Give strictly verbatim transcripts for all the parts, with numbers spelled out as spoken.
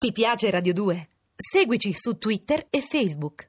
Ti piace Radio due? Seguici su Twitter e Facebook.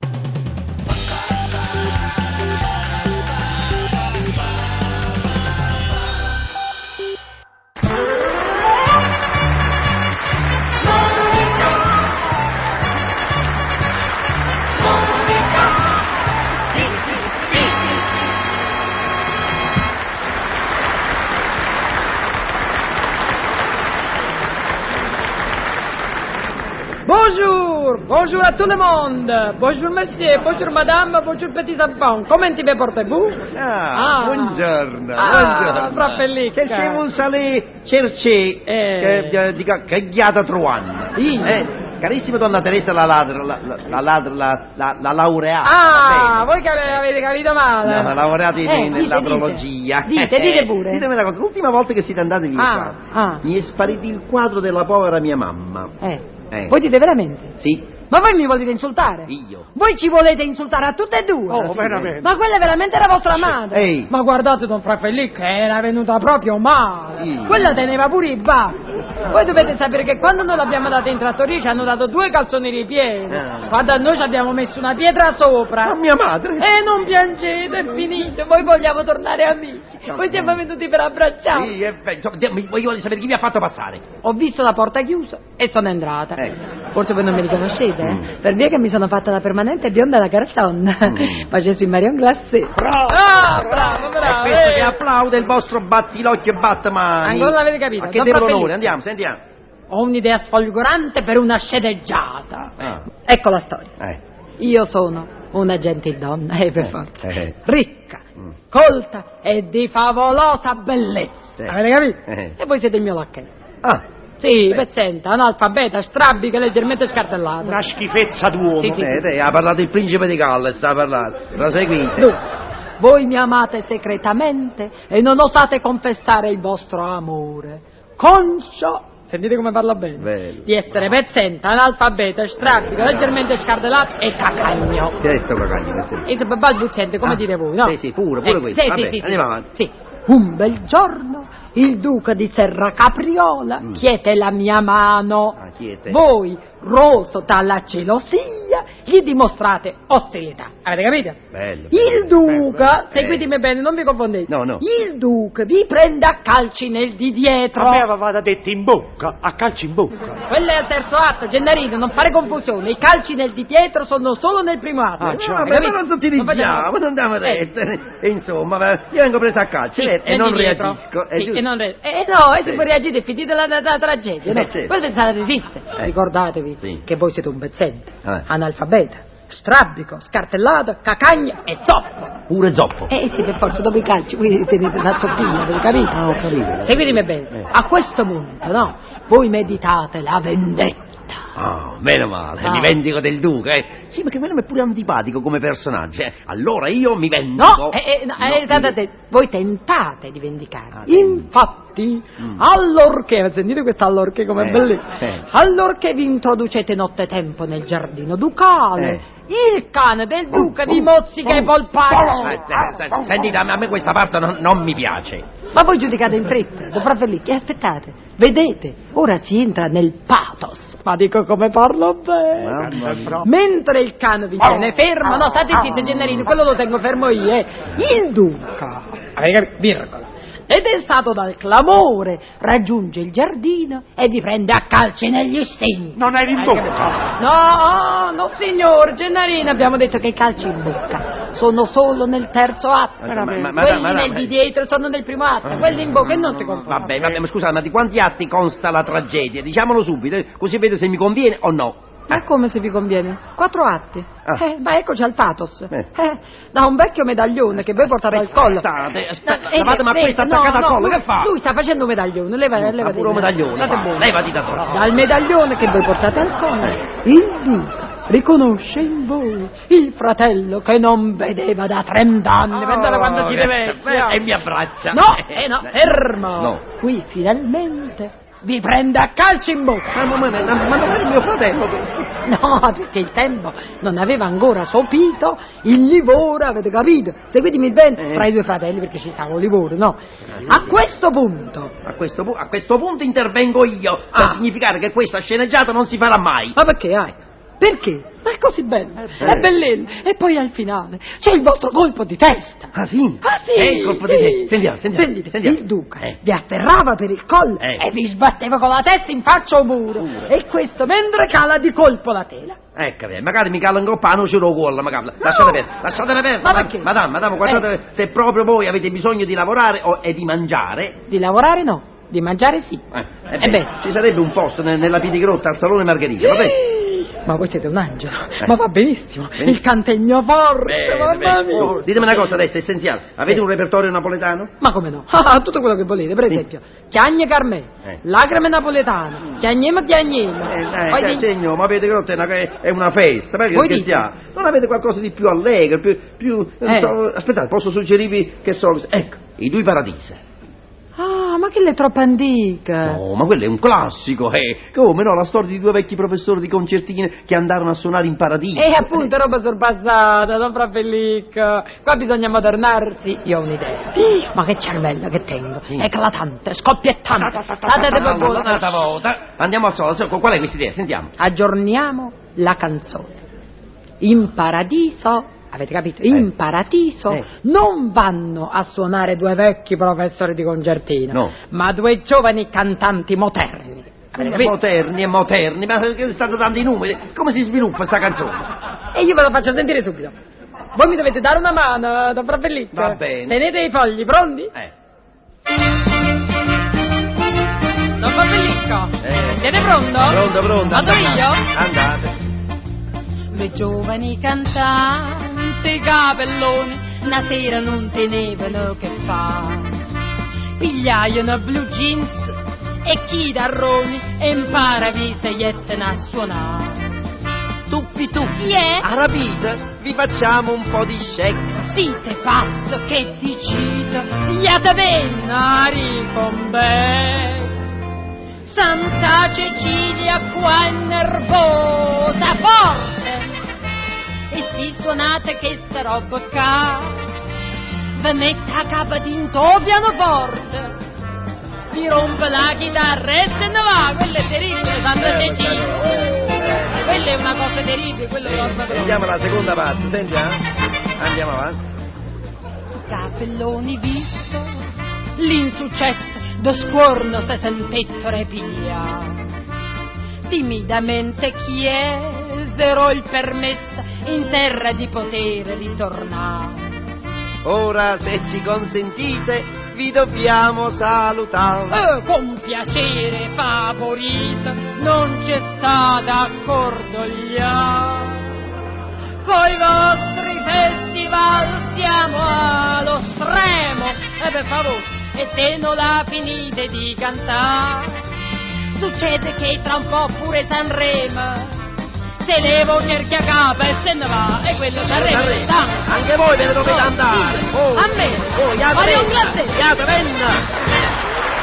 Bonjour, bonjour à tout le monde. Bonjour monsieur, bonjour madame, bonjour petit enfant. Comment ti portez-vous? Ah, ah, buongiorno, ah, buongiorno. Fra Pellicca. Cerchiamo un salè, cercè, Eh. che dica che ghiata truan. Sì. Eh, carissima donna Teresa la ladra, la, la, la ladra, la, la, la laureata. Ah, va voi che avete capito male. bene? No, laureata in, Eh, in dite, ladrologia. Dite, dite, dite pure. Ditemi una cosa, l'ultima volta che siete andati via Ah, qua, ah. mi è sparito il quadro della povera mia mamma. Eh. Eh. Voi dite veramente? Sì, Ma voi mi volete insultare? io. Voi ci volete insultare a tutte e due? Oh, veramente. Ma quella è veramente la vostra madre? Ehi. Ma guardate, don Frapelli, che era venuta proprio male. Sì. Quella teneva pure i baffi. Voi dovete sapere che quando noi l'abbiamo data in trattoria ci hanno dato due calzoni ripieni. Ah. Quando noi ci abbiamo messo una pietra sopra. Ma mia madre? E non piangete, è finito. Voi vogliamo tornare amici. Voi siamo venuti per abbracciarvi. Sì, è vero. Insomma, mi- voglio sapere chi vi ha fatto passare. Ho visto la porta chiusa e sono entrata. Ecco. Forse voi non mi riconoscete, eh? Mm. Per via che mi sono fatta la permanente bionda da Carson. Mm. Facessi Marion Glacé. Bravo! Ah, bravo, bravo. È questo eh. che applaude il vostro battilocchio e battamani. Ancora l'avete capito? Ma che Don deve Fratelli. l'onore? Andiamo, sentiamo. Ho un'idea sfolgorante per una sceneggiata. Ah. Ecco la storia. Eh. Io sono una gentildonna, eh, per Eh, forza. eh. Ricca, Mm. colta e di favolosa bellezza. Sì. Avete capito? Eh. E voi siete il mio lacchetto. Ah, Sì, pezzenta, analfabeta, strabica, leggermente scartellata. Una schifezza d'uomo. Sì, sì. eh, eh, ha parlato il principe di Galles, sta parlando. Proseguite. Dunque, voi mi amate segretamente e non osate confessare il vostro amore. Conscio, sentite come parla bene, Bello. di essere pezzenta, analfabeta, strabica, leggermente scartellata e cacagno. Che è sto cagaglio? E se balbuziente, come Ah, dite voi, no? sì, sì, pure, pure Eh, questo. Sì, Vabbè, sì, sì, andiamo sì. avanti. Sì. Un bel giorno il duca di Serra Capriola Mm. chiede la mia mano. Ah, chiede. Voi, roso dalla gelosia, gli dimostrate ostilità. Avete capito? Bello. Il duca, Eh. seguitemi bene, non vi confondete. No, no. Il duca vi prende a calci nel di dietro. A me aveva detto in bocca, a calci in bocca. Quello è il terzo atto, Gennarino, non fare confusione. I calci nel di dietro sono solo nel primo atto. Ah, No, ciao. vabbè, Capito? ma non sottilizziamo, facciamo- non andiamo Eh. retta. E insomma, va- io vengo preso a calcio Sì, eh, e nel non di dietro. reagisco. è Sì, giusto? e non re- eh, no, e se Sì. voi reagite è finita la, la- la tragedia, no? Eh, certo. Voi pensate resistere. Eh. Ricordatevi Sì. che voi siete un pezzente, Eh. analfabeta, strabico, scartellato, cacagna e zoppo. Pure zoppo. Eh sì, per forza, dopo i calci voi tenete una zoppina, avete capito? Ah, ho capito. Seguitemi bene. Eh. A questo punto, no? Voi meditate la vendetta. Ah, meno male, Ah. mi vendico del duca, eh. Sì, perché quello mi è pure antipatico come personaggio, eh. Allora io mi vendico. No, eh, eh, no, No, eh, state io- attenti. Voi tentate di vendicare. Ah, Infatti, Mm. allorché, sentite questa allorché come Eh, bellissima, eh. allorché vi introducete nottetempo nel giardino ducale, il cane del duca vi mozzica i polpacci. Eh, se- se- Sentite, a me a me questa parte non, non mi piace. Ma voi giudicate in fretta, Don Fratellicchi, e aspettate, vedete, ora si entra nel pathos. Ma dico come parlo bene. Mamma mia. Mentre il cane vi tiene fermo, no, state zitti, Gennarino, quello lo tengo fermo io, eh. Il duca, avete capito? Virgola. Ed è stato dal clamore, raggiunge il giardino e vi prende a calci negli stinchi. Non eri in bocca. No, no signor Gennarino, abbiamo detto che i calci in bocca sono solo nel terzo atto. Ma- ma- ma- Quelli ma- ma- nel di dietro sono nel primo atto, quelli in bocca e non ti confondi. Vabbè, vabbè, ma scusate, ma di quanti atti consta la tragedia? Diciamolo subito, eh, così vedo se mi conviene o no. Ma come se vi conviene? Quattro atti. Ah. Eh, ma eccoci al pathos. Eh. Eh, da un vecchio medaglione che voi portate al collo. Aspettate, aspetta, No, eh, lavate, ma eh, questa no, attaccata al no, collo, lui- che fa? Lui sta facendo un medaglione, leva, Ah, leva pure un medaglione, State fa. buoni. Levati da sopra. Dal medaglione che voi portate al collo, il duca riconosce in voi il fratello che non vedeva da trent'anni. Pensate quando si Oh, deve eh, vecchio. E mi abbraccia. No, eh no, fermo. No. Qui finalmente vi prende a calci in bocca. Ma, ma, ma, ma, ma non è il mio fratello questo? No, perché il tempo non aveva ancora sopito il livore, avete capito? Seguitemi bene, Eh. tra i due fratelli, perché ci stava il livore, no? A questo punto... A questo, pu- a questo punto intervengo io, per Ah. significare che questa sceneggiata non si farà mai. Ma perché, hai? Perché? Ma è così bello, Eh. è bellino. E poi al finale c'è il vostro colpo di testa. Ah sì? Ah sì, Eh, il colpo sì. di te. Sentiamo, sentiamo. Sentite, sentiamo. il duca Eh. vi afferrava per il collo Eh. e vi sbatteva con la testa in faccia al muro. Pure. E questo mentre cala di colpo la tela. Ecco, eh, magari mi cala un colpo a noce lo cuore, magari. Lasciate perdere, lasciate perdere. Ma Ma- perché? Madame, madame, guardate, se proprio voi avete bisogno di lavorare o, e di mangiare... Di lavorare no, di mangiare sì. Eh, eh Eh beh, beh. ci sarebbe un posto ne- nella Pidigrotta al Salone Margherita, va bene? Ma voi siete un angelo, Eh. ma va benissimo. Benissimo. Il cantegno forte, Bene, mamma bene. mia. Oh, ditemi una cosa adesso, essenziale. Avete Sì. un repertorio napoletano? Ma come no? Ah, tutto quello che volete, per Sì. esempio, chiagne carmè, Eh. lacrime napoletane, chiagnema chiagnema. Eh, dai, Poi dai, di- segno, ma avete Grotta è una, è una festa, perché Voi scherziamo? Non avete qualcosa di più allegro, più... più Eh. so- aspettate, posso suggerirvi che so... Ecco, i due paradisi. Ah, ma che è troppo antica. No, ma quello è un classico, eh. Come no, la storia di due vecchi professori di concertine che andarono a suonare in paradiso. E appunto roba sorpassata, non fra pellicca. Qua bisogna modernarsi, io ho un'idea. Ma che cervello che tengo, Sì. eclatante, scoppiettante. State per voi. Un'altra volta. Andiamo al solo, qual è questa idea? Sentiamo. Aggiorniamo la canzone. In paradiso, avete capito? In Eh. paradiso Eh. non vanno a suonare due vecchi professori di concertina, No. ma due giovani cantanti moderni. Avete capito? Moderni e moderni, ma che state dando i numeri? Come si sviluppa questa canzone? E io ve lo faccio sentire subito. Voi mi dovete dare una mano, don Fratellicca. Va bene. Tenete i fogli, pronti? Eh. Don Fratellicca. Eh. Siete pronto? Pronto, pronto. Vado andate, io? Andate. Le giovani cantanti capelloni una sera non tenevano che fare. Pigliaiono blue jeans e chitarroni e imparavi se jettene a suonare. Tuppi tuppi. Chi è? A rapita, vi facciamo un po' di shake. Siete pazzo che ti cito, iate vennari con me. Santa Cecilia qua è nervosa, forte. E si suonate che sta roba qua, ve mette a capo dinto pianoforte. Vi rompe la chitarra e se ne va, quello è terribile, Santa Cecilia. Uh, quella è una cosa terribile, quello è roba proprio. Sentiamo la seconda parte, sentiamo. Andiamo avanti. I capelloni visto, l'insuccesso do scuorno se sentetto repiglia. Timidamente chiesero il permesso in terra di poter ritornare. Ora, se ci consentite, vi dobbiamo salutare. Eh, con piacere favorito, non c'è stata accordogliare. Coi vostri festival siamo allo stremo, e per favore, e se non la finite di cantare, succede che tra un po' pure Sanremo se levo cerchia capa e se ne va, e quello Sanremo sta. Anche voi ve ne dovete Oh, andare. sì. Oh, A me. Oh, iate Mario venna. Glasse. Iate venna.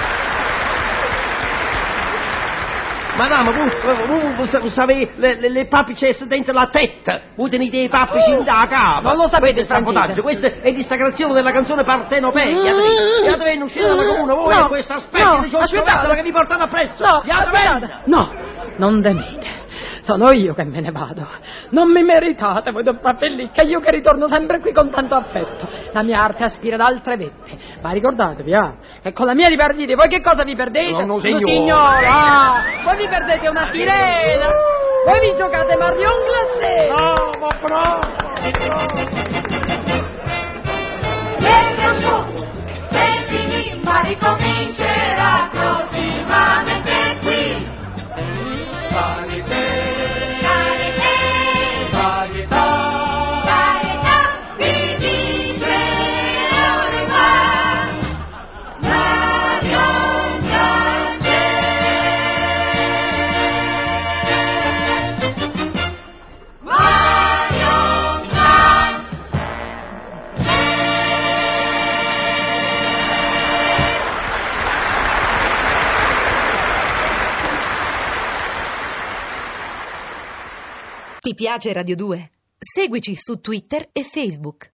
Madame, vous, vous, vous, vous savez, le, le, le papicesse dentro la testa. Voi tenete i papici in da capa. Non lo sapete, Questo è il sabotaggio, questa è dissacrazione della canzone Partenopea. Iate venna. Iate venna, uscite dalla comune, voi No, e questa specie no, di aspettate. cioccolata che vi portate appresso. No, Iate aspettate. venna. No, non temete. Sono io che me ne vado. Non mi meritate voi, don Papellicca, io che ritorno sempre qui con tanto affetto. La mia arte aspira ad altre vette. Ma ricordatevi, ah, che con la mia vi perdete. Voi che cosa vi perdete? No, no, Un signora. signore, ah, voi vi perdete una sirena. Voi vi giocate Marion Glacé. No, ma bravo! Dietro su, se finì, ma ricomincerà prossimamente qui. Varietà, varietà, varietà, vi dice ormai Marion Glacé. Marion Glacé. Ti piace Radio due? Seguici su Twitter e Facebook.